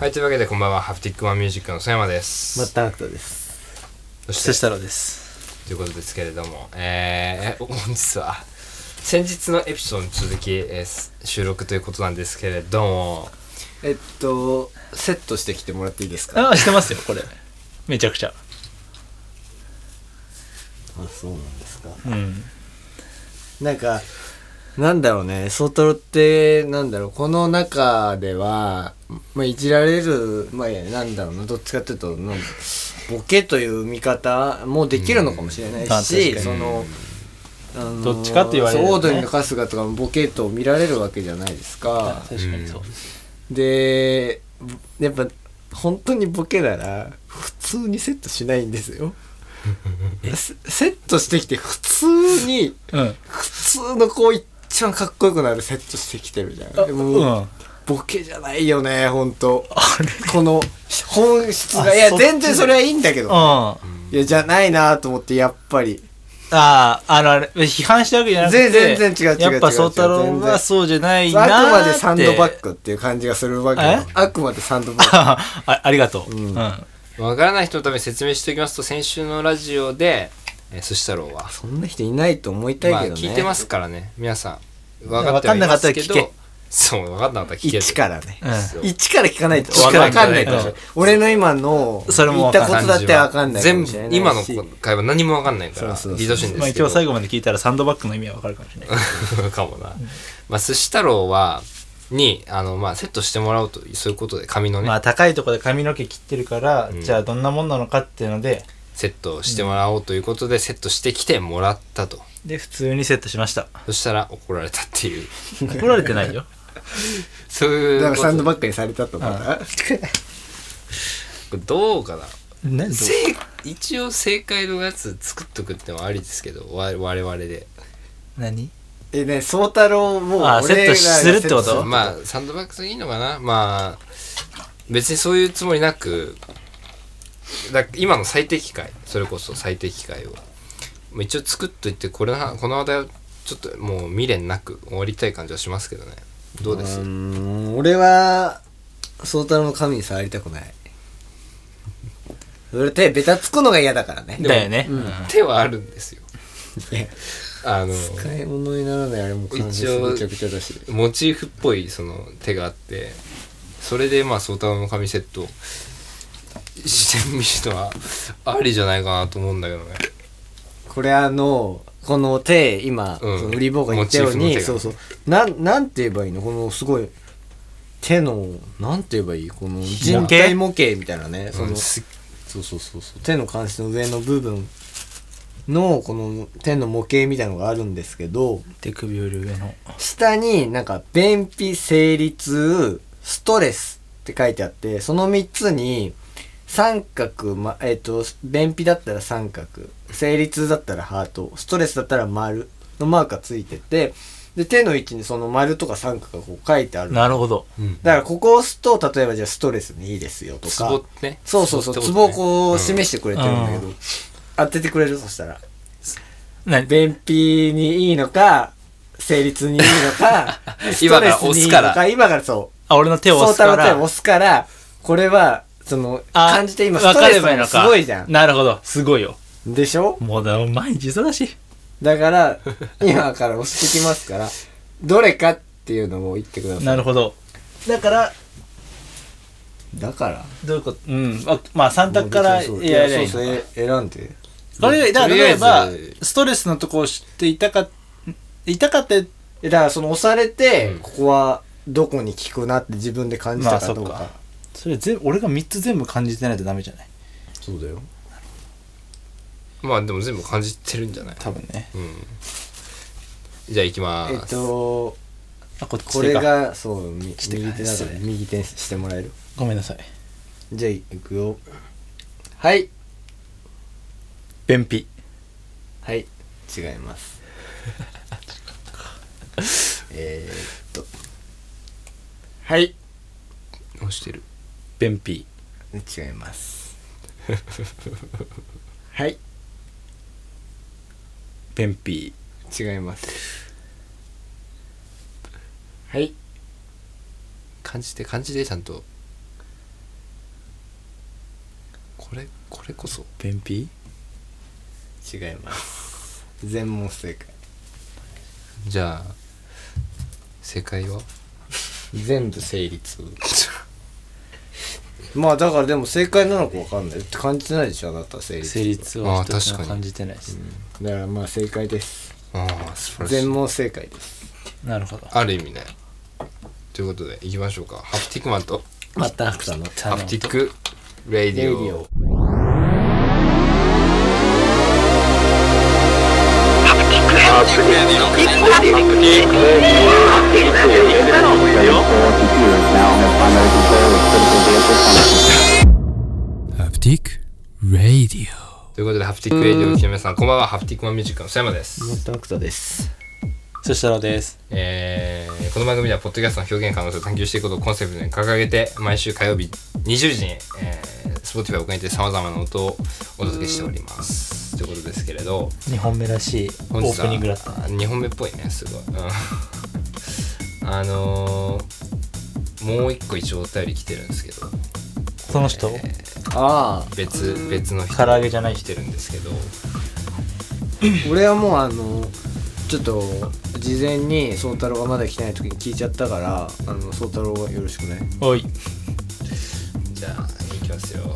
はい、というわけでこんばんは。ハプティックマンミュージックの曽山です。 またアクトです。 そして太郎です。 ということですけれども、本日は先日のエピソードに続き、収録ということなんですけれども、 セットしてきてもらっていいですか？ あ、してますよこれ。めちゃくちゃ。 あ、そうなんですか。 うん。 なんかなんだろうね、ソータロってなんだろう、この中ではまあいじられる、まあなんだろうな、どっちかっていうとボケという見方もできるのかもしれないし、そのどっちかって言われる、ね、 オードリーの春日とかもボケと見られるわけじゃないですか。 確かにそう。 でやっぱ本当にボケなら普通にセットしないんですよ。セットしてきて普通に、普通のこう一番かっこよくなるセットしてきてるじゃん。でも、ボケじゃないよね、本当。この本質が、いや全然それはいいんだけど、いやじゃないなと思って、やっぱり。 あれ批判したわけじゃなくて、 全然違う。 やっぱ宗太郎はそうじゃないなーって。 あくまでサンドバッグっていう感じがするわけよ。あくまでサンドバッグ。 ありがとう。 わからない人のために説明しておきますと、先週のラジオで寿司太郎はそんな人いないと思いたいけどね、 まあ、聞いてますからね、皆さん分かってはいますけど、 そう分かんなかったら聞け。 一からね、 一から聞かないと分かんないと、俺の今の言ったことだって分かんないかもしれないし、 今の会話何も分かんないからリードシーンですけど、 一応最後まで聞いたらサンドバッグの意味は分かるかもしれないかもな。まあ寿司太郎はにまあセットしてもらおうと、そういうことで髪のね、 まあ高いところで髪の毛切ってるから、じゃあどんなもんなのかっていうのでセットしてもらおうということで、セットしてきてもらったと。 で普通にセットしました。 そしたら怒られたっていう。 怒られてないよ。 そういうだからサンドバッグにされたと思った。 どうかな。 一応正解のやつ作っとくってもありですけど、我々で。 何？ ね、宗太郎もセットするってこと？ まあサンドバッグでいいのかな。まあ別にそういうつもりなく、今の最適解、それこそ最適解を一応作っといて、この話題をちょっともう未練なく終わりたい感じはしますけどね。どうです？ 俺は宗太郎の髪に触りたくない。俺手ベタつくのが嫌だからね。 だよね。 手はあるんですよ。 使い物にならない。あれも関節めちゃくちゃだし、 モチーフっぽいその手があって、それでまあ宗太郎の髪セットしてみるのはありじゃないかなと思うんだけどね。これこの手今、売り棒が言ったように、そうなんて言えばいいの、このすごい手のなんて言えばいい、この人体模型みたいなね、そう手の関節の上の部分のこの手の模型みたいなのがあるんですけど、 手首より上の下になんか便秘、生理痛、ストレスって書いてあって、その3つに三角、便秘だったら三角、生理痛だったらハート、ストレスだったら丸のマークがついてて、で手の位置にその丸とか三角がこう書いてある。 なるほど。 だからここを押すと、例えばじゃあストレスにいいですよとか、 ツボね、 そうツボをこう示してくれてるんだけど、当ててくれる？そしたら便秘にいいのか、生理痛にいいのか、ストレスにいいのか、今から俺の手を押すから、 そう、手を押すから、これは感じて今ストレスがすごいじゃん。 なるほど、すごいよ。 でしょ？ もう毎日忙しい。 だから今から押してきますから、どれかっていうのを言ってください。 なるほど。だからどういうこと？まあ3択からやりゃいいのか。 選んで。 これだから例えばストレスのとこを知って痛かって、だから押されて、ここはどこに効くなって自分で感じたかどうか。 それ俺が3つ全部感じてないとダメじゃない？ そうだよ。 まあでも全部感じてるんじゃない？ 多分ね。 じゃあ行きまーす。 これが右手だから右手にしてもらえる？ ごめんなさい。 じゃあ行くよ。はい。 便秘。 はい、違います。はい。 押してる。 便秘。 違います。はい。 便秘。 違います。はい。 感じてちゃんと。 これこそ便秘？ 違います全問正解。 じゃあ正解は全部成立まあだからでも正解なのか分かんないって感じてないでしょあなた。成立は一つも感じてないです、 だからまあ正解です。 ああ素晴らしい。 全問正解です。 なるほど。 ある意味ね。ということでいきましょうか。ハプティックマンとまた芥のハプティックレディオ。ハプティックレディオということでハプティックレディオを聞きの皆さんこんばんは。ハプティックマンミュージックの佐山です。 また芥です。 そしたらです。 この番組ではポッドキャストの表現可能性を探求していくことをコンセプトに掲げて毎週火曜日20時に、Spotify を借りて様々な音をお届けしておりますということですけれど、 2本目らしいオープニングだった。 2本目っぽいね。すごい、もう一個一応お便り来てるんですけど、 その人、 別の人唐揚げじゃない来てるんですけど俺はもうちょっと事前に宗太郎がまだ来てない時に聞いちゃったから宗太郎がよろしくね。 おい。 じゃあいきますよ。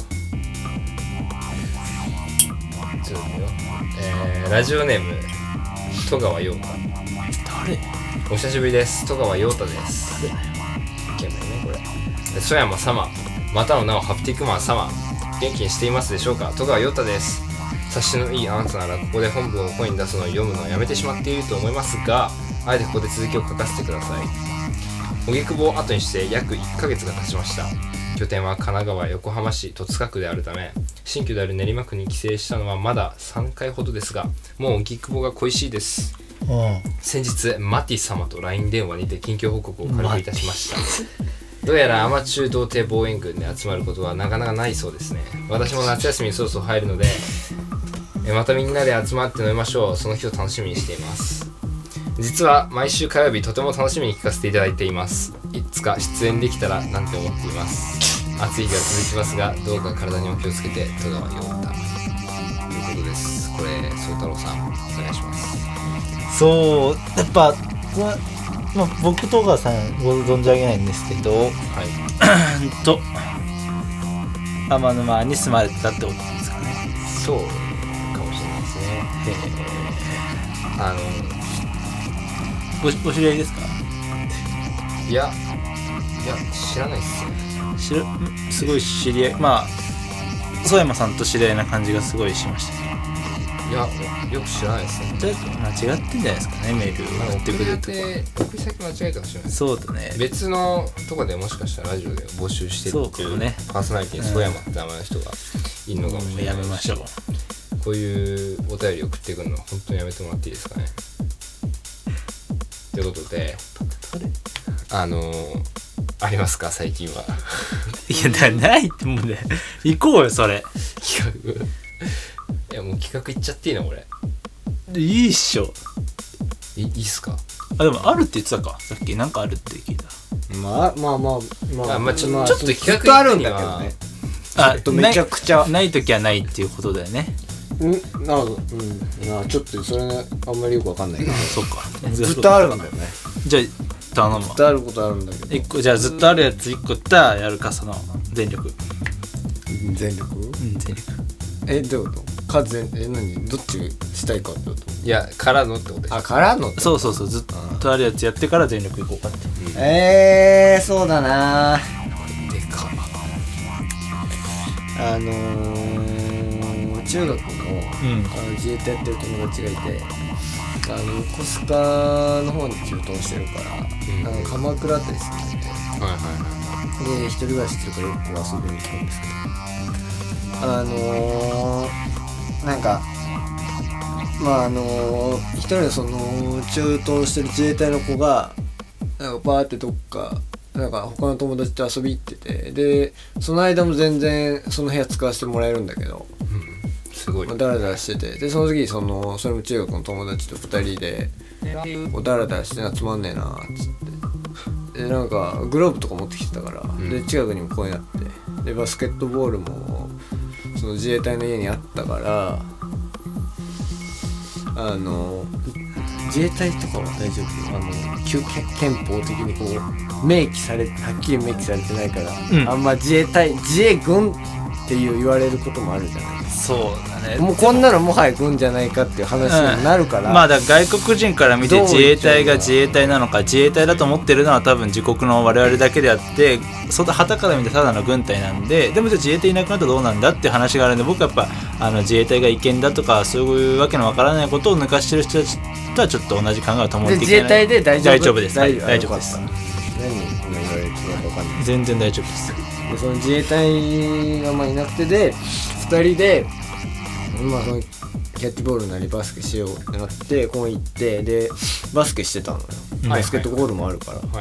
ちょっとよ、ラジオネーム戸川陽太。 誰？ お久しぶりです。戸川陽太です。いけないねこれ。曽山様またの名をハプティックマン様、元気にしていますでしょうか。戸川陽太です。察しのいいあなたならここで本文を声に出すのを読むのをやめてしまっていると思いますが、あえてここで続きを書かせてください。荻窪を後にして約1ヶ月が経ちました。拠点は神奈川横浜市戸塚区であるため、新居である練馬区に帰省したのはまだ3回ほどですが、もう荻窪が恋しいです。先日マティ様と LINE 電話にて近況報告を軽くいたしました。どうやらアマチュア童貞望遠軍で集まることはなかなかないそうですね。私も夏休みにそろそろ入るので、またみんなで集まって飲みましょう。その日を楽しみにしています。実は毎週火曜日とても楽しみに聞かせていただいています。いつか出演できたらなんて思っています。暑い日が続きますがどうか体にお気をつけて。戸川陽太ということです。これ宗太郎さんお願いします。 そうやっぱ僕戸川さんご存じ上げないんですけど、はい天沼に住まれてたってことですかね。 そうかもしれないですね。 お知り合いですか？ いや知らないっすよ。 すごい知り合い、まあ曽山さんと知り合いな感じがすごいしましたね。 いやよく知らないですね。 間違ってんじゃないですかね。メールを送ってくれるとか送り先間違えたかもしれない。 そうだね。 別のとこでもしかしたらラジオで募集してるっていうパーソナリティに曽山って名前の人がいるのかもしれない。 やめましょう。 こういうお便り送ってくるの本当にやめてもらっていいですかね。ということでありますか最近は。 いやないってもうね行こうよそれ。 企画いやもう企画いっちゃっていいのこれ。 いいっしょ。 いいっすか。 でもあるって言ってたかさっき。なんかあるって聞いた。 まあちょっと企画ずっとあるんだけどね。めちゃくちゃない時はないっていうことだよね。 なるほど。ちょっとそれ、ね、あんまりよくわかんないけどそっかずっとあるんだよね。 じゃあ頼むわ。 ずっとあることあるんだけど 1個じゃあずっとあるやつ1個言ったらやるか。その全力全力全力どういうことか。何どっちしたいかってこと。 いやからのってことでしょ。 からのってそうずっとあるやつやってから全力いこうかって。 そうだな。 でか中学の、自衛隊やってる友達がいて、横須賀の方に駐屯してるから、鎌倉あたり住んでて、で一人暮らししてるからよく遊びに来るんですけど、なんか一人のその駐屯してる自衛隊の子がなんかバーってどっかなんか他の友達と遊び行ってて、でその間も全然その部屋使わせてもらえるんだけど、 すごいダラダラしてて、でその時それも中学の友達と2人でダラダラして集まんねえなーっつって、でなんかグローブとか持ってきてたから、で近くにも公園あって、でバスケットボールもそその自衛隊の家にあったから、自衛隊とかは大丈夫。旧憲法的にこうはっきり明記されてないから、あんま自衛軍って言われることもあるじゃないですか。 そうだね。 もうこんなのもはや軍じゃないかっていう話になるから、 まあだから外国人から見て自衛隊が自衛隊なのか、自衛隊だと思ってるのは多分自国の我々だけであって、旗から見てただの軍隊なんで、でもじゃあ自衛隊いなくなったらどうなんだっていう話があるんで、僕はやっぱ自衛隊が違憲だとかそういうわけのわからないことを抜かしてる人たちとはちょっと同じ考えを保っていけない。 自衛隊で大丈夫です。はい、大丈夫です。 何今言われてるか分かんない。 全然大丈夫です。 でその自衛隊がいなくてで2人で、そのキャッチボールなりバスケしようってなってこう行って、でバスケしてたのよ、バスケットボールもあるから、はいはい、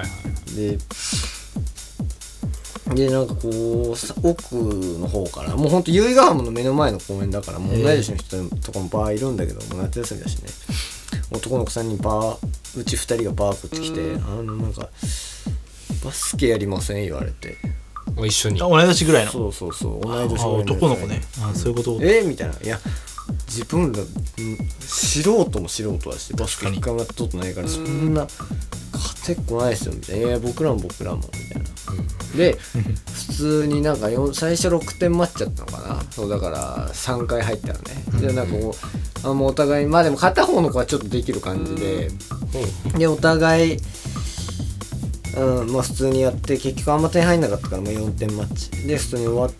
でなんかこう奥の方からもうほんと由比ヶ浜の目の前の公園だから、もう同い年の人とかもバーいるんだけど、もう夏休みだしね、男の子3人うち2人がバーこっち来て、なんかバスケやりません言われて、 一緒に同い年ぐらいの、 そう同い年ぐらいの男の子ね、そういうこと。 みたいな、いや自分ら素人も素人だしバスケ一回もやったことないから、そんな勝てっこないですよみたいな、いや僕らもみたいな、で普通になんか最初6点待っちゃったのかな、そうだから3回入ったらね、でなんかこうもうお互いでも片方の子はちょっとできる感じで、でお互い普通にやって結局あんま点入んなかったから4点マッチで普通に終わって、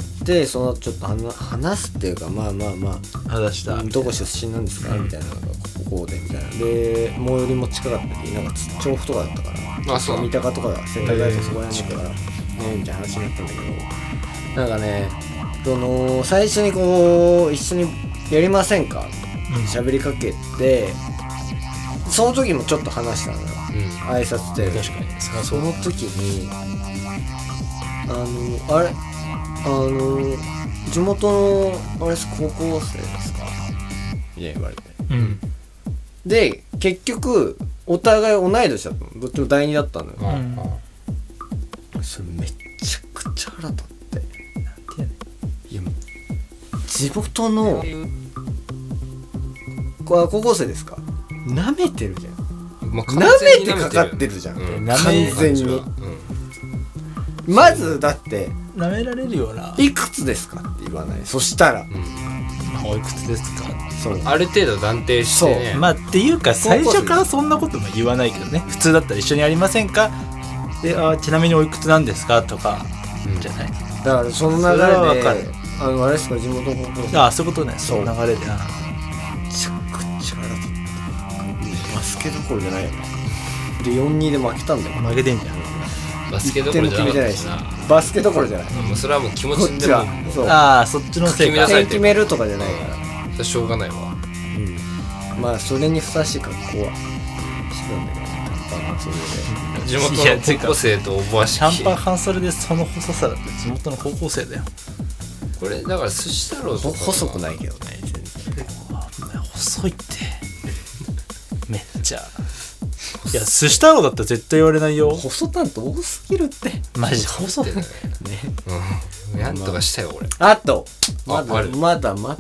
その後ちょっと話すっていうか話したどこ出身なんですかみたいな、こうでみたいなで、最寄りも近かったりなんか調布とかだったから、三鷹とかが仙台大学そこら辺だからみたいな話になったんだけど、なんかね最初にこう一緒にやりませんか喋りかけて、その時もちょっと話したのよ、挨拶で。 確かにその時に地元の高校生ですかみたいな言われて、で結局お互い同い年だったの、どっちも第2だったのよ、それめっちゃくちゃ腹立って、いや地元の高校生ですか、なめてるじゃん、なめてかかってるじゃん、完全に、まずだってなめられるような、 いくつですかって言わない、そしたら、 おいくつですか、 そうある程度断定してね、 っていうか最初からそんなことも言わないけどね、普通だったら一緒にやりませんかで、ちなみにおいくつなんですかとか、じゃない、 だからその流れであれですか地元の高校生、 そういうことね、その流れでめちゃくちゃ腹立ってバスケどころじゃないよね、で 4-2 で負けたんだよ、 負けてんじゃん、 バスケどころじゃなかったしな、 バスケどころじゃない、 もうそれはもう気持ちにでもそっちのせいか、 点決めるとかじゃないから、 それしょうがないわ、 それにふさわしい格好はしてたんだけどね、短パンそれで地元の高校生とおぼわしき短パン半袖でその細さだって地元の高校生だよ、 これだから寿司太郎とか細くないけどね、全然細いってめっちゃ、いや寿司太郎だったら絶対言われないよ、 細担当多すぎるって、 マジで細ってね、 なんとかしたよ俺、 あとまだあります、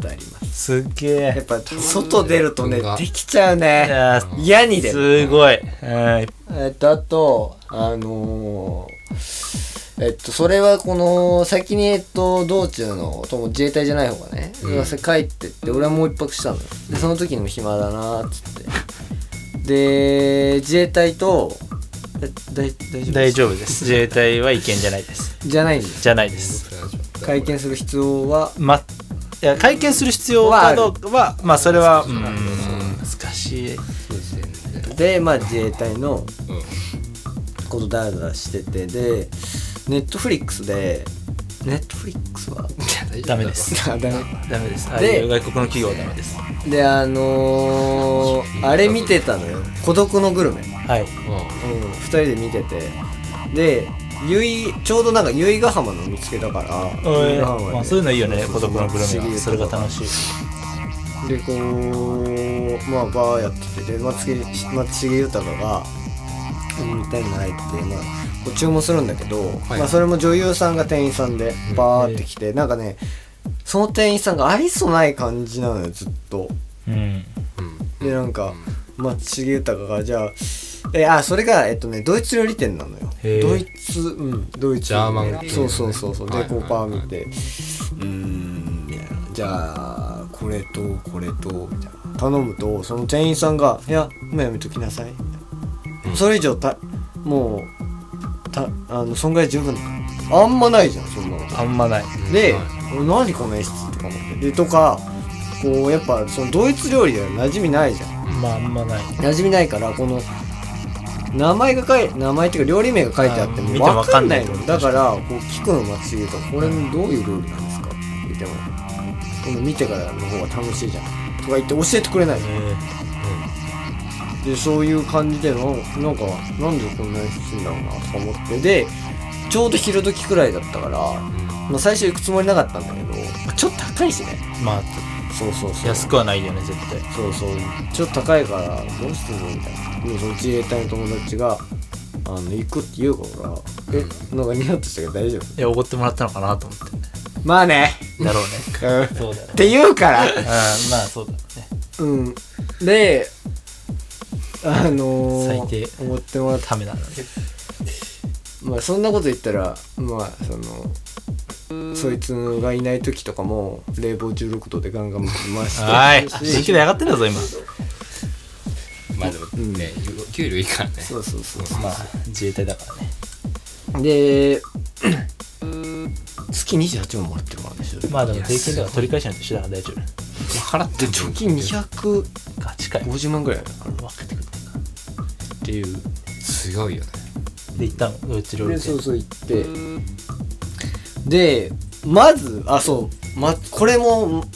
すっげえ、 やっぱ外出るとねできちゃうね、嫌に出る、 すごい、 あとそれはこの先に道中の自衛隊じゃない方がね、帰ってって俺はもう一泊したのよ、でその時にも暇だなーっつってで自衛隊と大丈夫です、自衛隊は違憲じゃないです、 じゃないんです、 じゃないです、 会見する必要は、 いや会見する必要かどうかはそれは難しいで自衛隊のことだらだらしてて、でネットフリックスはダメです、ダメです、 で外国の企業はダメです、 であれ見てたのよ、孤独のグルメ、 はい、 2人で見てて、でちょうどなんか由比ヶ浜の見つけたから、 そういうのいいよね、孤独のグルメは、それが楽しいでこうバーやってて、で松重豊がみたいなの入ってこう注文するんだけど、それも女優さんが店員さんでバーって来て、なんかねその店員さんが愛想ない感じなのよずっと。 うんでなんか松重豊がじゃあそれがドイツ料理店なのよ。 へードイツドイツジャーマン系そうそうそうそう。 はいでこうパー見てみたいな。じゃあこれとこれとみたいな頼むと、その店員さんがいやもうやめときなさいみたいな。それ以上もうそんぐらい十分だから。あんまないじゃんそんなこと。 あんまない。 で、何この演出とか思ってでとかこうやっぱそのドイツ料理では馴染みないじゃん。 まああんまない。 馴染みないからこの名前っていうか料理名が書いてあっても見ても分かんないの。 わかんないだからこう聞くの松重とこれどういう料理なんですかって言っても今度見てからの方が楽しいじゃんとか言って教えてくれないの。でそういう感じでなんかなんでこんなにするんだろうなとか思ってでちょうど昼時くらいだったから、まあ、最初行くつもりなかったんだけどちょっと高いしね。 まあそうそうそう安くはないよね絶対。 そうそうちょっと高いからどうするのみたいな。でもその自衛隊の友達が行くって言うからなんかニヤッとしたけど大丈夫。 いやおごってもらったのかなと思ってね。 まあねだろうね。 うんそうだよって言うからまあそうだろうね。 うんで最低思ってもらったためなのね。 まあそんなこと言ったらまあそいつがいない時とかも冷房16度でガンガン回してはいる電気代上がってんだぞ今。 まあでもね、給料いいからね。 そうそうそうまあ自衛隊だからね。 で月28万もらってるからね。 まあでも税金とか取り返しないと一緒だから大丈夫。 払ってで貯金250 ガチかよ。 万ぐらいある分けてくれっていう強いよね。 で行ったのドイツ料理店。 でそう行ってでまずこれも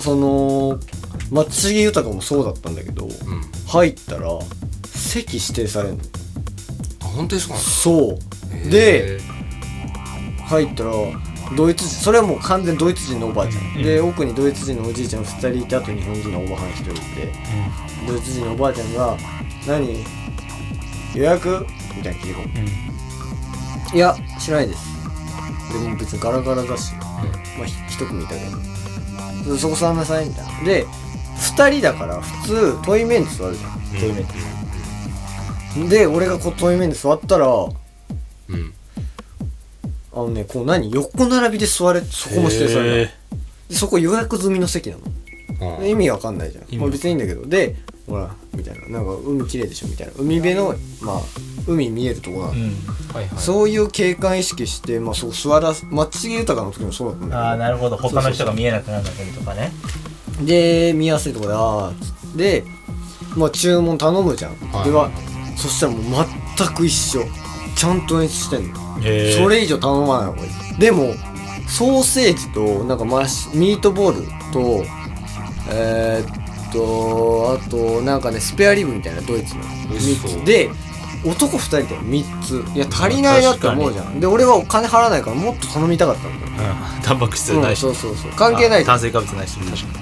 松重豊もそうだったんだけど、入ったら席指定されるの。 あ、本当にそうなの？ そうで入ったらドイツ人、それはもう完全ドイツ人のおばあちゃん、で奥にドイツ人のおじいちゃん2人いて、あと日本人のおばはん1人いて、ドイツ人のおばあちゃんが「何予約?」みたいな聞いてこいや知らないです。でも別にガラガラだし、まあ一組いたけど、そこ座んなさいみたいな。で2人だから普通対面で座るじゃん。 対面で俺がこう対面で座ったらうんこう横並びで座れ、そこも指定された。でそこ予約済みの席なの。で意味わかんないじゃん。まあ、別にいいんだけど、でほらみたいな、なんか海綺麗でしょみたいな、海辺のまあ海見えるとこなの、 はいはい、 そういう景観意識して、まあそこ座ら松重豊の時もそうだったんだけど、 ああなるほど、他の人が見えなくなるんだけどとかね。 で見やすいとこでで、まあ、注文頼むじゃん、 はい、 ではそしたらもう全く一緒、ちゃんと演出してんの。それ以上頼まない方がいい。でもソーセージとなんかミートボールとあとなんかねスペアリブみたいなドイツの3つで男2人で3つ、いや足りないなって思うじゃん。で俺はお金払わないからもっと頼みたかったんだよ。 タンパク質ないし、 そうそうそう関係ないじゃん。 炭水化物ないし、確かに。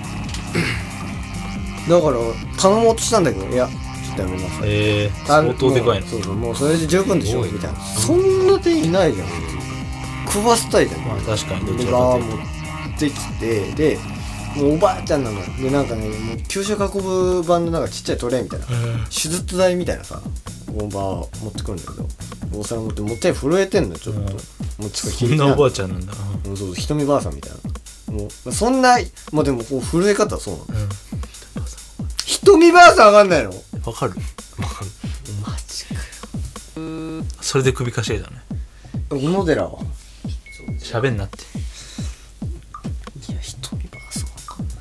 だから頼もうとしたんだけど、いやちょっとやめなさい。 相当でかいの。 そうそう、もうそれで十分でしょみたいな。そんな手いないじゃん。食わせたいじゃん。 まあ確かにどっちでかという持ってきて、でもうおばあちゃんなのよ。でなんかね、もう給食運ぶ版のなんかちっちゃいトレイみたいな、手術台みたいなさ、おばあ持ってくるんだけど、お皿持ってもう手震えてんのよちょっと。もうそんなおばあちゃんなんだ。 そうひとみばあさんみたいな。もうそんな、まあでもこう震え方はそうなの。ひとみばあさんわかんないの？ わかる？ マジかよ。 それで首かしげたね。 小野寺は喋んなって。 いやひとみばあさんわかんない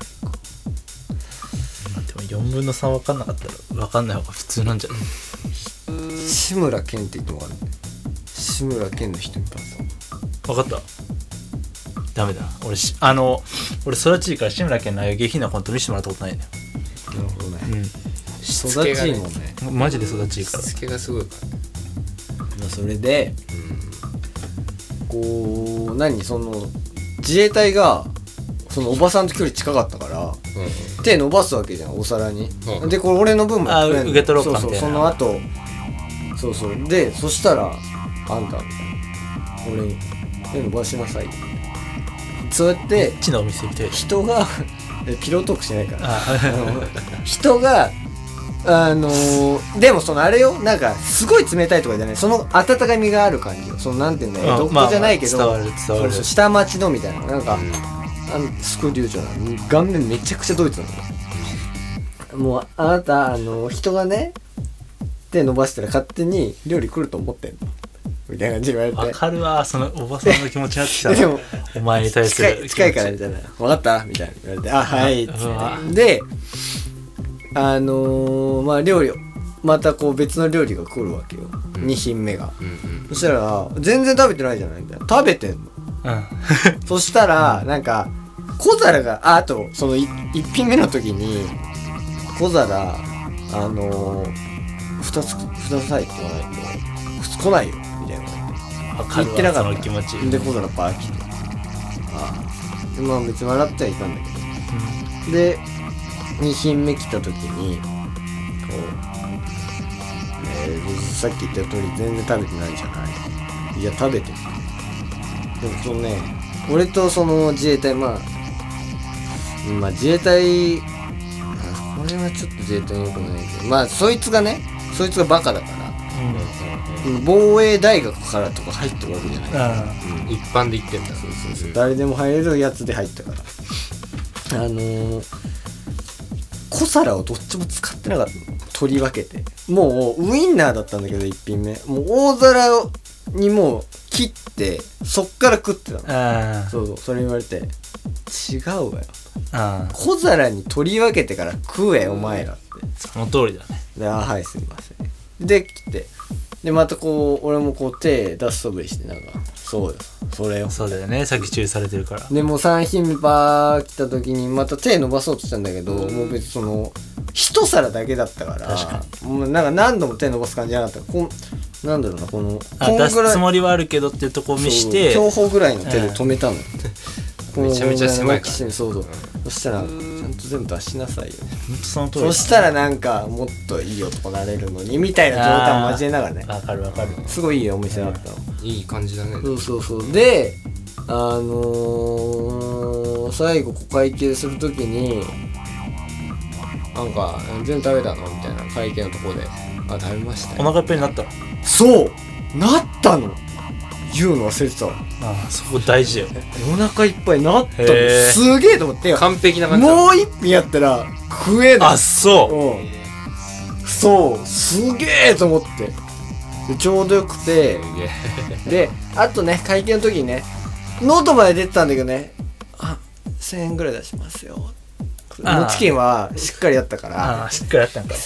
か。 でも4分の3わかんなかったらわかんない方が普通なんじゃない？ 志村けんって言ってもわかんない。志村けんのひとみばあさんわかった。ダメだ。俺育ちいいから志村けんのああいう下品なコント見せてもらったことないんだよ。 なるほどね。 うん。 育ちいいもんね。 マジで育ちいいから。 しつけがすごいからね。 まあそれで、こうその自衛隊がそのおばさんと距離近かったから、手伸ばすわけじゃんお皿に。でこれ俺の分もあ受け取ろうかみたいな。 そうその後そうそうでそしたらあんたみたいな俺に手伸ばしなさい。 そうやって地のお店行きたい。 人がピロートークしないからあ人がでもそのあれよ、なんかすごい冷たいとかじゃない、その温かみがある感じよ。そのなんていうんだよ、どこじゃないけど、 まあまあ伝わる伝わる。 そう下町のみたいな、なんか、スクリュージョな顔面めちゃくちゃドイツなの。もうあなた人がね手伸ばしたら勝手に料理来ると思ってんのみたいな感じで言われて、 わかるわ、そのおばさんの気持ちになってきたでもお前に対する近いからみたいな、分かったみたいな言われて、あはいっつってでまあ料理またこう別の料理が来るわけよ、2品目が、そしたら全然食べてないじゃないみたいな、食べてんの、そしたらなんか小皿があとその1品目の時に小皿2つくださいって言わないと来ないよみたいな言ってなかった。 その気持ちで小皿バーッ来て、まあ別に笑ってはいたんだけど、で2品目来た時にこう、さっき言った通り全然食べてないじゃない。いや食べてる。でもそのね、俺とその自衛隊、まあ自衛隊、これはちょっと自衛隊に良くないけど、まあそいつがバカだから、防衛大学からとか入ってるわけじゃない、 一般で言ってんだ。 そう誰でも入れるやつで入ったから、小皿をどっちも使ってなかったの、取り分けて。もうウインナーだったんだけど1品目もう大皿にもう切ってそっから食ってたの。そうそれ言われて、違うわよ、小皿に取り分けてから食えお前らって。 その通りだね。 ではいすみませんで来て、でまたこう俺もこう手出すそぶりして、なんかそうよそれよ、 そうだよね、さっき注意されてるから。 でもう3品目バー来た時にまた手伸ばそうとしたんだけど、もう別にその一皿だけだったから、 確かもうなんか何度も手伸ばす感じじゃなかった。なんだろうな、この出すつもりはあるけどっていうとこを見して強砲ぐらいの手で止めたのよ、 めちゃめちゃ狭いから、 そうそしたらちゃんと全部出しなさいよ、 ほんとその通り。 そしたらなんかもっといい男なれるのにみたいな状態を交えながらね、 わかるわかる。 すごいいいお店だったの、 いい感じだね。 そうで最後会計するときになんか全部食べたのみたいな会計のところで、あ食べましたよ、 お腹いっぱいになったの。 そうなったの、言うの忘れてたわ。 そこ大事だよ。 お腹いっぱいなったの、 へーすげえと思って、 完璧な感じだ。 もう一品やったら食えない。 そうそうすげえと思って、でちょうどよくて、であとね会計の時にねノートまで出てたんだけどね、1000円ぐらい出しますよ、もち金はしっかりやったからしっかりやったんか。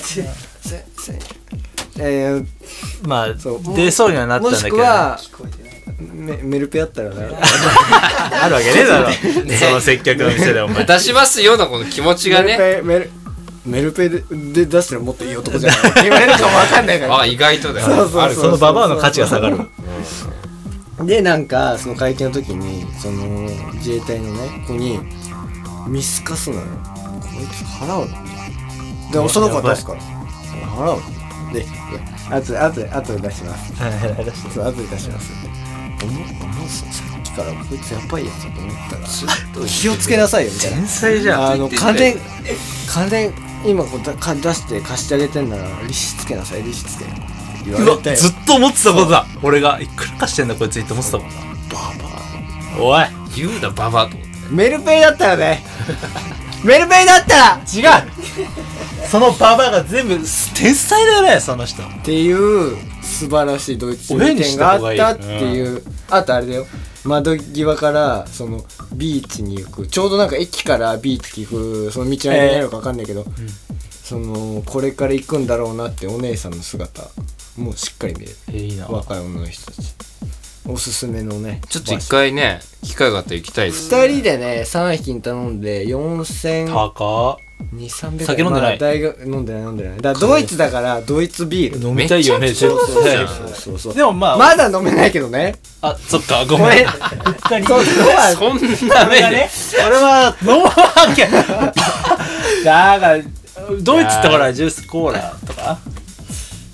まあ出そうにはなったんだけど、 もしくはメルペあったらなあるわけねえだろその接客の店でお前出しますよのこの気持ちがね、 メルペで出したらもっといい男じゃないって言われるかも分かんないから意外とだよ。 そうそのババアの価値が下がる。 でなんかその会見の時にその自衛隊のね子に見透かすのよ、こいつ払うのでその子は出すから払うので、後で出しますそう後で出しますって思うさっきからこいつやばいやつだと思ったら気をつけなさいよみたいな、 天才じゃん。 金今こう出して貸してあげてんなら利子つけなさい、利子つけ言われたよ。 ずっと思ってたことだ。俺がいくらかしてんだこいつって思ってたもんな。おい言うなババアと思って。 メルペイだったらねメルペイだったら違うそのババアが全部天才だよねその人っていう素晴らしいドイツ人店があったっていう、あとあれだよ、窓際からそのビーチに行く、ちょうどなんか駅からビーチに行くその道の間にあるか分かんないけど、そのこれから行くんだろうなってお姉さんの姿もうしっかり見れる、 いいな若い女の人たちおすすめのね、 ちょっと一回ね機会があったら行きたいです 2人でね3匹頼んで4000 高っ 200-300 酒飲んでない、 大学飲んでないだからドイツだからドイツビール飲みたいよね絶対。 そうでもまだ飲めないけどね、 そっかごめん。 そんな目で俺は飲むわけだからドイツってほらジュースコーラとか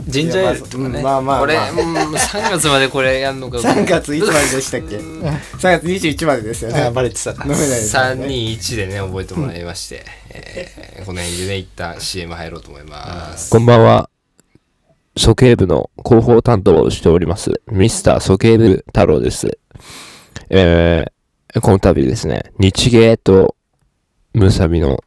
ジンジャーエールとかね。 まあまあ、 これ3月までこれやんのか。 3月いつまででしたっけ3月21までですよね。 バレてたか飲めないですよね。 321でね覚えてもらいまして、この辺でね一旦 CM 入ろうと思います。 こんばんは。鼠径部の広報担当をしております。ミスター鼠径部太郎です。この度ですね、日芸とムサビの、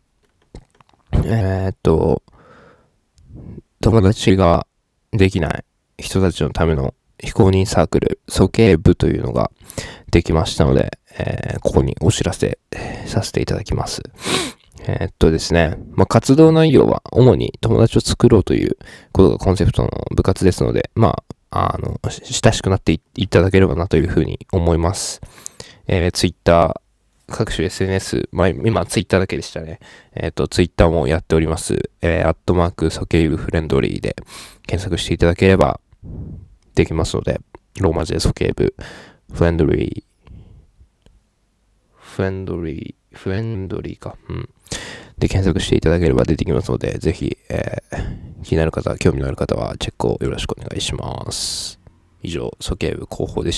友達ができない人たちのための非公認サークル、鼠径部というのができましたので、ここにお知らせさせていただきます。ですね、活動内容は主に友達を作ろうということがコンセプトの部活ですので、親しくなっていただければなというふうに思います。Twitter、各種 SNS、今 Twitter だけでしたね。Twitter もやっております。ソケイブフレンドリーで検索していただければできますので、ローマ字でソケイブフレンドリーか。で、検索していただければ出てきますので、ぜひ、気になる方、興味のある方はチェックをよろしくお願いします。以上、鼠径部広報でした。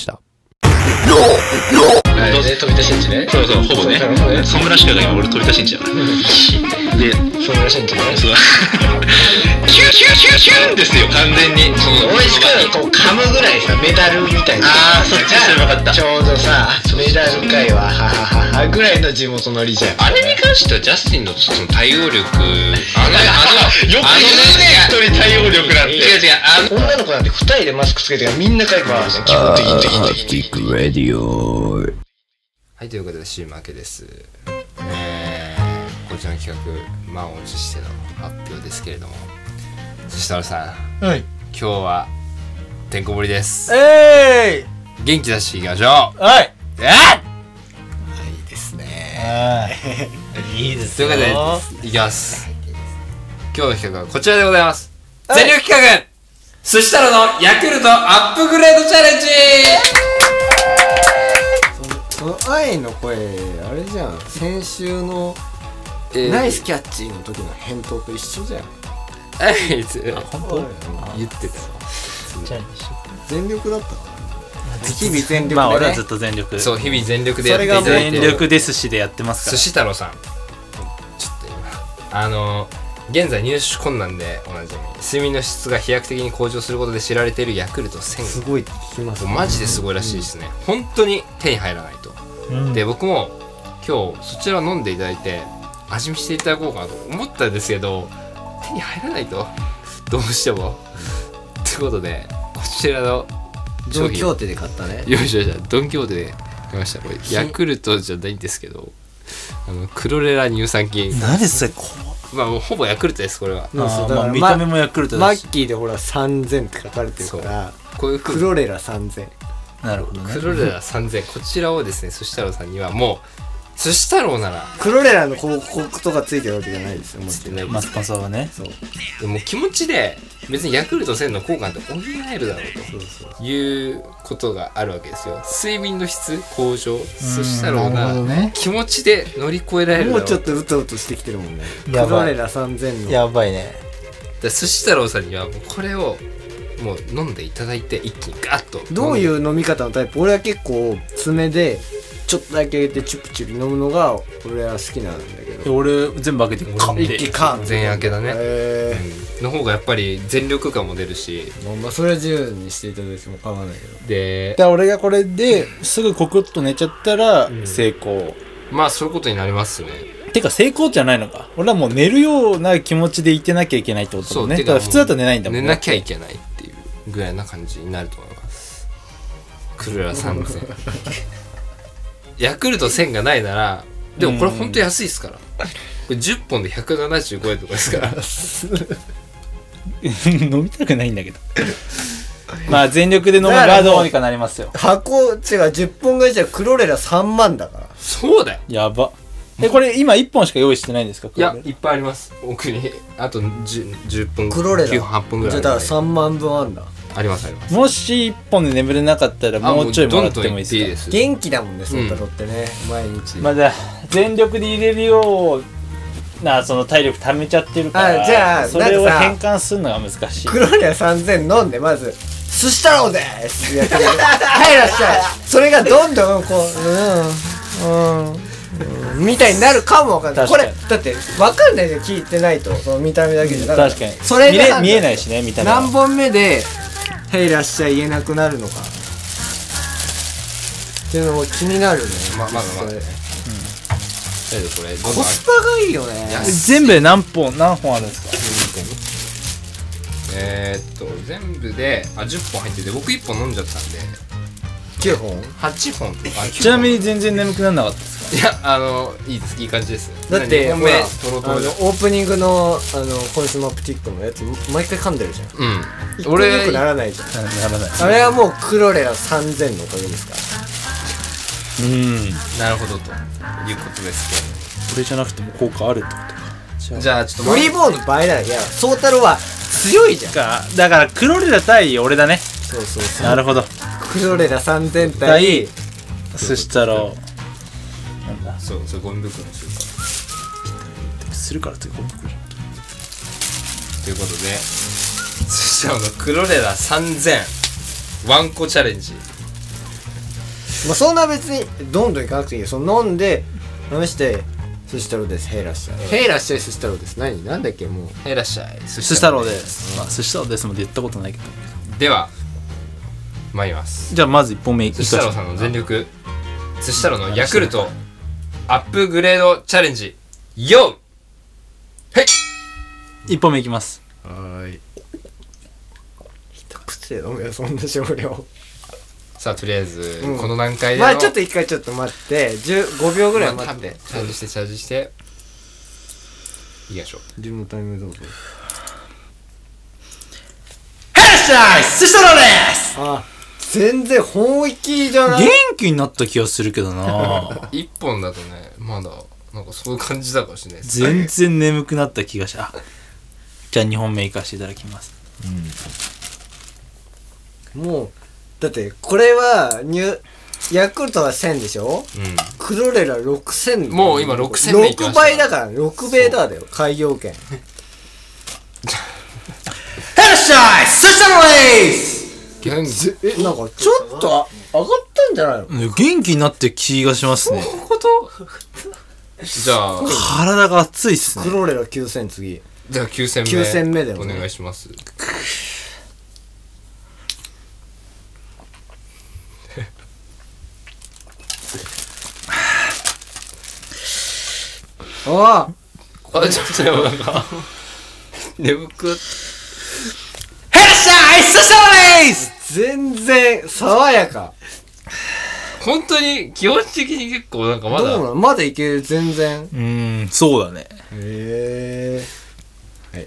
どうせ飛び出しんちね。そうそう、ほぼね。ソムラシカが今俺飛び出しんちだから。で、ソムラシンチね。そう。キューキューキューキューンですよ、完全に。 おいしくこう噛むぐらいさ、メダルみたいな。 ああ、そっちすればよかった。 ちょうどさ、メダル会はははははぐらいの地元のりじゃん。 あれに関してはジャスティンのその対応力、 よく言うね、一人対応力なんて。 違う違う、 女の子なんて二人でマスクつけてからみんな書いてますね。基本的に。 はい、ということで CM 明けです。こちらの企画、満を持しての発表ですけれども、そしたらさん、 はい。 今日はてんこ盛りです。 元元気出していきましょう。 はい。 いいですね。 いいですというよ。 ことでいきます。今日の企画はこちらでございます。全力企画、寿司太郎のヤクルトアップグレードチャレンジ。 その愛の声、あれじゃん。先週のナイスキャッチの時の返答と一緒じゃん。 本当言ってた。 全力だったかな。日々全力でね。 まあ俺はずっと全力。 そう、日々全力でやっていただいて。 全力ですしでやってますから。 寿司太郎さん、ちょっと今現在入手困難でおなじみ、睡眠の質が飛躍的に向上することで知られているヤクルト1000、 すごいって聞きますね。 マジですごいらしいですね。本当に手に入らないと。で、僕も今日そちらを飲んでいただいて味見していただこうかなと思ったんですけど、手に入らないとどうしてもということで、こちらのドンキョーテで買ったね。 よいしょ、じゃあドンキョーテで買いました。これヤクルトじゃないんですけど、クロレラ乳酸菌。 何それ。 もうほぼヤクルトです、これは。 見た目もヤクルトマだし。 ッキーでほら3000って書かれてるからこういうクロレラ3000。 なるほどね。 クロレラ3000、こちらをですね、寿司太郎さんにはもう寿司太郎ならクロレラの広告とかついてるわけじゃないですよ、もちろん。 ね、 スポンサーはね。 そうでも気持ちで別にヤクルト1000の効果って補えるだろうということがあるわけですよ。睡眠の質向上、寿司太郎なら気持ちで乗り越えられるだろう。 もうちょっとうとうとしてきてるもんね。クやばいロレラ3000の。 やばいね。 寿司太郎さんにはもうこれをもう飲んでいただいて、一気にガッと。 どういう飲み方のタイプ？俺は結構爪でちょっとだけ入れてチュプチュプ飲むのが俺は好きなんだけど。 俺全部開けてカン一気カン全開けだね、 への方がやっぱり全力感も出るし、 まあそれは自由にしていただいても構わないけど。 でだから俺がこれですぐコクッと寝ちゃったら成功。 まあそういうことになりますね。 てか成功じゃないのか。俺はもう寝るような気持ちでいてなきゃいけないってことだもんね。だから普通だったら寝ないんだもんね。 寝なきゃいけないっていうぐらいな感じになると思います。クルラ3000ヤクルト1000がないなら、でもこれほんと安いですから、これ10本で175円とかですから飲みたくないんだけどまあ全力で飲むがどうにかなりますよ。 箱違う10本買いじゃクロレラ3万だから。 そうだよ。 やば。これ今1本しか用意してないんですか？ いや、いっぱいあります。奥にあと 10分クロレラ 9本8本ぐらいじゃあだから3万分あんだ。 ありますあります。 もし1本で眠れなかったらもうちょいもらってもいいですか？ いいです。 元気だもんね、そうたろってね、毎日。 まだ全力で入れるようその体力貯めちゃってるからじゃあそれをなんかさ変換するのが難しい。 クロレラ3000飲んでまず寿司太郎でーすってやってはいいらっしゃい。それがどんどんこうみたいになるかもわかんない。これだってわかんないじゃん、聞いてないと。その見た目だけじゃだから確かにそれで見えないしね、見た目は何本目で「へいらっしゃい」言えなくなるのかっていうのも気になるね。 まだね。だけどこれどんどんコスパがいいよね。 全部で何本あるんですか？ 全部で10本入ってて僕1本飲んじゃったんで 9本 8本とか。 ちなみに全然眠くならなかったですか？ いやいいです、いい感じです。 だって 2本目ほらトロトロでオープニングのコンスマプティックのやつ毎回噛んでるじゃん。一個俺よくならないじゃん。 ならない。 あれはもうクロレラ3000のおかげですかなるほどということですこれじゃなくても効果あるってことか。 けど、じゃあちょっとら。ウリボーの場合だ。いや宗太郎は強いじゃん。 だからクロレラ対俺だね。 そうそうそう。 なるほど。 クロレラ3000対寿司太郎なんだそうゴミ袋にするかするからってゴミ袋じゃん。 ということで寿司のクロレラ3000ワンコチャレンジ。 まあそんな別にどんどんいかなくていいよ。その飲んで試して寿司太郎です。へいらっしゃい。へいらっしゃい寿司太郎です。なんだっけもう。 いらっしゃい寿寿司太郎です。寿司太郎ですもんで言ったことないけど。 では参ります。 じゃあまず1本目いき寿司太郎さんの全力寿司太郎のヤクルトアップグレードチャレンジよーはい 1本目いきます。 一口で飲むよそんな少量。 さあとりあえず、 うんこの段階でまあちょっと一回ちょっと待って15秒ぐらい待って。 チャージしていきましょう。 自分のタイムどうぞ。 いらっしゃい寿司太郎ですあ、全然本気じゃない。 元気になった気がするけどな 1本だとねまだなんかそういう感じだかもしれないです。 全然眠くなった気がしたじゃあ2本目いかせていただきます。 もうだってこれはヤクルトは1000でしょ。クロレラ6000。 もう今6000目いきま 6 した倍だから6倍だよ開業券。 いらっしゃい寿司太郎ですなんかちょっと上がったんじゃないの。 元気になって気がしますね。 じゃあ体が熱いっすね。 クロレラ9000次。 じゃあ9000 9000目だよねお願いします。 ああちょっとでもなんか眠くいらっしゃい寿司太郎です全然爽やか。 本当に気持ち的に結構なんかまだどうなのまだいける全然。 そうだね。 へえ。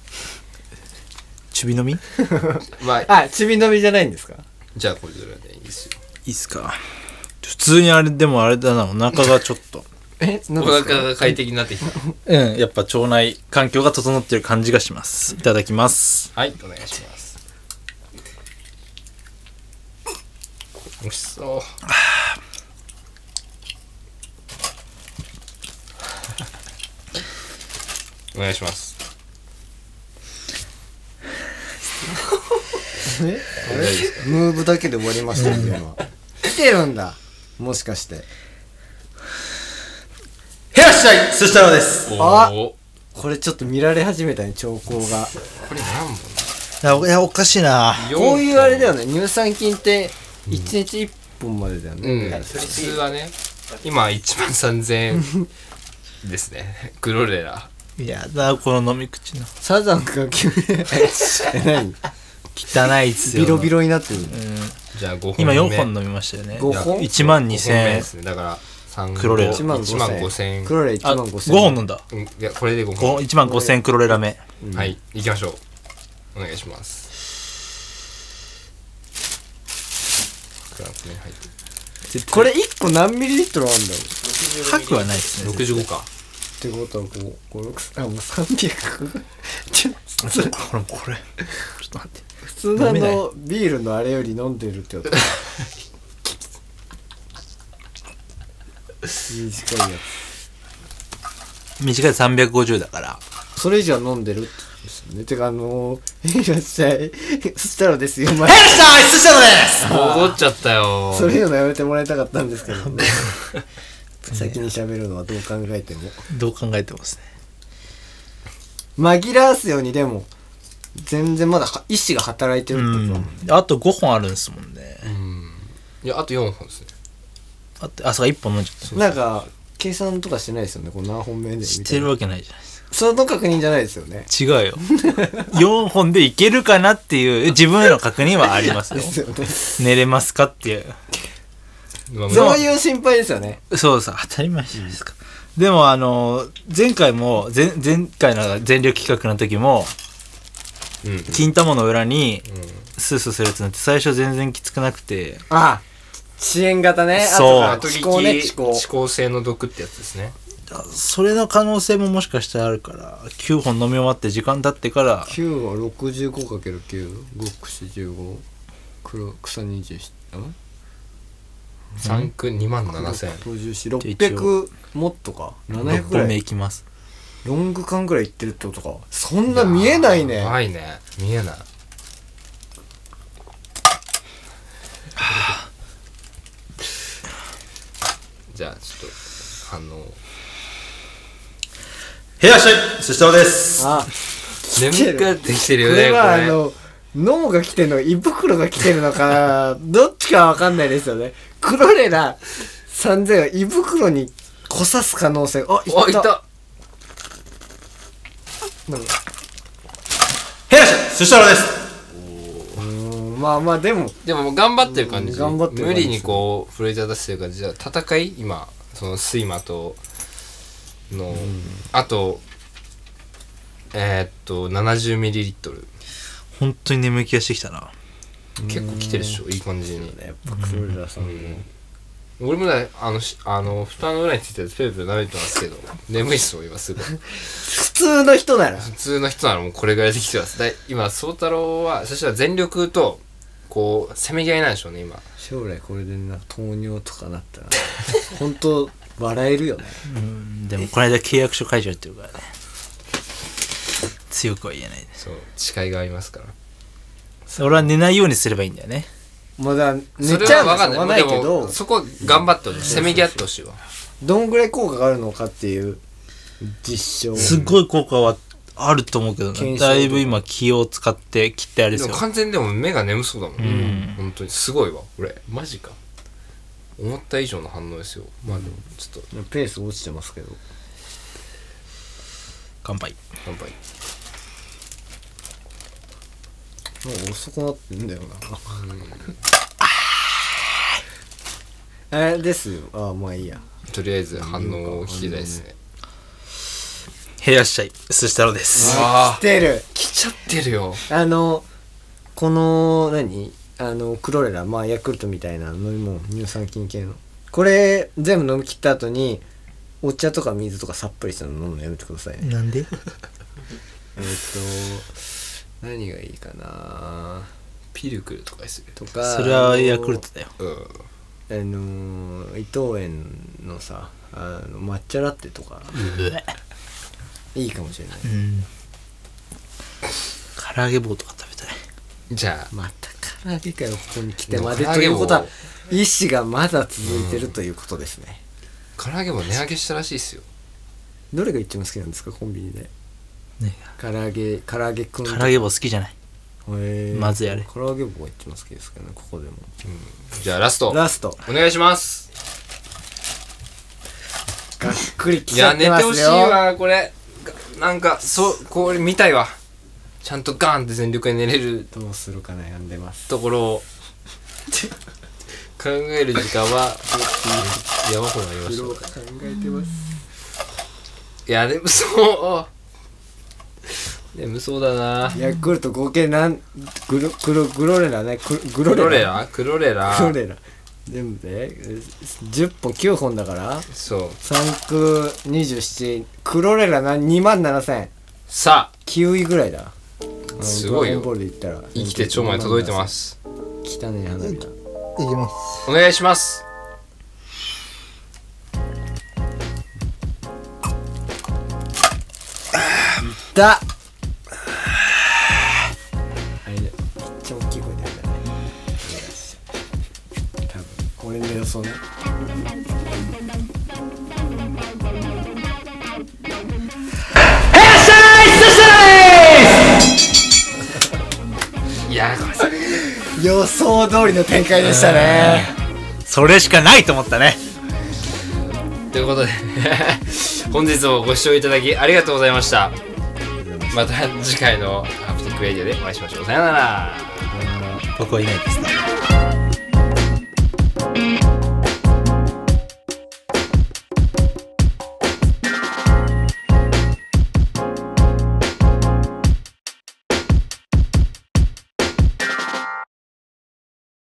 ちび飲みいいまああ、ちび飲みじゃないんですか。 じゃあこれでいいですよ。 っすか。普通にあれでもあれだな、お腹がちょっとおなんですか。 腹が快適になってきた。 やっぱ腸内環境が整ってる感じがします。いただきます。 はいお願いします。美味しそう。お願いします。 え大丈夫ですか？ ムーブだけで終わりましたね今。来てるんだもしかして。 いらっしゃい寿司太郎です。 あおーこれちょっと見られ始めたね兆候が。 これ何本いやおかしいな。 こういうあれだよね乳酸菌って1日1本までだよね。 普通はね今13000円ですねクロレラ。 いやだこの飲み口のサザンが急に何汚いっすよ。 ビロビロになってる。 じゃあ5本今目 4本飲みましたよね。 5本 1万2000円ですね。だから3 クロレラ 1万 1万 5000 5000円クロレラ1 あ万5000 5本飲んだ。 いやこれで5本 1万5000クロレラ目。 はい行きましょうお願いします。クランクね入ってこれ1個何ミリリットルあるんだろう。 吐くはないですね。 65か。 ってことはこう56あもう300ちょこれちょっと待って。 普通のビールのあれより飲んでるってこと。短いや短い350だからそれ以上飲んでるってことですよね。てかいらっしゃいそしたらですよ前戻っちゃったよ。 それ言うのやめてもらいたかったんですけどね先に喋るのはどう考えてもどう考えてもですね。 紛らわすようにでも全然まだ意思が働いてるってことだもんね。 あと5本あるんですもんね。 いやあと4本ですね。 そうか1本飲んじゃった。 なんか計算とかしてないですよね。これ何本目でみたいな。 してるわけないじゃないですか。 その確認じゃないですよね。 違うよ4本でいけるかなっていう自分への確認はありますよ。 ですよね。 寝れますかっていう。 そういう心配ですよね。 そうさ当たり前じゃないですか。でも前回も前回の全力企画の時も金玉の裏にスースーするやつなんて最初全然きつくなくて、 あ遅延型ね。 そう後遅考ね。 遅効性の毒ってやつですね。 それの可能性ももしかしたらあるから9本飲み終わって時間経ってから 9は 65×9 5×4 15草27 3区27000。 600もっとか700 6 ぐらい本目いきます。 ロング間ぐらいいってるってことか。そんな見えないね。 やばいね。見えない。じゃあちょっと反応。 へいらっしゃい寿司太郎です。 あ眠くなってきてるよね。 これはこ脳が来てるのか胃袋が来てるのかなどっちかわかんないですよね。クロレラ3000は胃袋にこさす可能性。あ、いった。 いた。 なんかへいらっしゃい寿司太郎です。 まあまあでも頑張ってる感じ。 頑張ってる感じ無理にこう奮い立たせてる感じ。じゃあ戦い今その睡魔とのあと70ml。 本当に眠い気がしてきたな。 結構来てるでしょ。いい感じに。 やっぱクロレラさんも俺もね蓋の裏についてるペーペー舐めてますけど眠いっすよ今すぐ。 普通の人なら普通の人ならもうこれぐらいできてます。今宗太郎はそしたら全力とこうせめぎ合いなんでしょうね今。 将来これでなんか糖尿とかなったら本当笑えるよね。 でもこの間契約書書いちゃってるからね。強くは言えないです。 そう誓いがありますから。 俺は寝ないようにすればいいんだよね。 まだ寝それちゃうのは分かんない。 はしょうがないけでもどそこ頑張ってほしい。せめぎ合ってほしいわ。 どんぐらい効果があるのかっていう実証。 すっごい効果はあると思うけどね。 検証だいぶ今気を使って切ってあれでよ。 ですも完全にでも目が眠そうだもん。本当にすごいわ俺マジか。思った以上の反応ですよ。まあでもちょっとペース落ちてますけど。 乾杯。 乾杯。 もう遅くなってんだよな。あれですよ。ああまあいいや。 とりあえず反応を聞きたいですね。 へいらっしゃい寿司太郎です。 来てる。 来ちゃってるよ。 このクロレラまあヤクルトみたいな飲み物乳酸菌系のこれ全部飲み切った後にお茶とか水とかさっぱりしたの飲むのやめてくださいね。 なんで？ 何がいいかな。 ピルクルとかでするとかそれはヤクルトだよ。 伊藤園のさ抹茶ラテとかいいかもしれない。 唐揚げ棒とか食べたい。 じゃあまた唐揚げかよここに来てまで唐揚げ棒ということは意思がまだ続いてるということですね。 唐揚げも値上げしたらしいですよ。 どれが一番好きなんですかコンビニで。 ね唐揚げくん唐揚げ棒好きじゃない。まずやれ。 唐揚げ棒が一番好きですけどねここでも。 じゃあラストお願いします。 がっくりきいちゃってますよ。 や寝てほしいわこれ。なんかこれ見たいわ。ちゃんとガーンって全力で寝れるどうするか悩んでます。 ところを考える時間は山ほどありました。 考えてます。 いや眠そう眠そうだな。 ヤクルト合計グロレラね。グロレラ全部で10本9本だからそう 3区27クロレラ27000 さあ 9位ぐらいだ。 すごいよ。 ドラゴンボールで言ったら生きて腸まで届いてます。 汚ねえ花火だ。 いきます。 お願いします。 た。あれめっちゃ大きい声でやったね。多分俺の予想ね。 いやこれ予想通りの展開でしたね。 それしかないと思ったね。 ということで本日もご視聴いただきありがとうございました。また次回のハプティックレディオでお会いしましょう。さよなら。 僕はいないですね。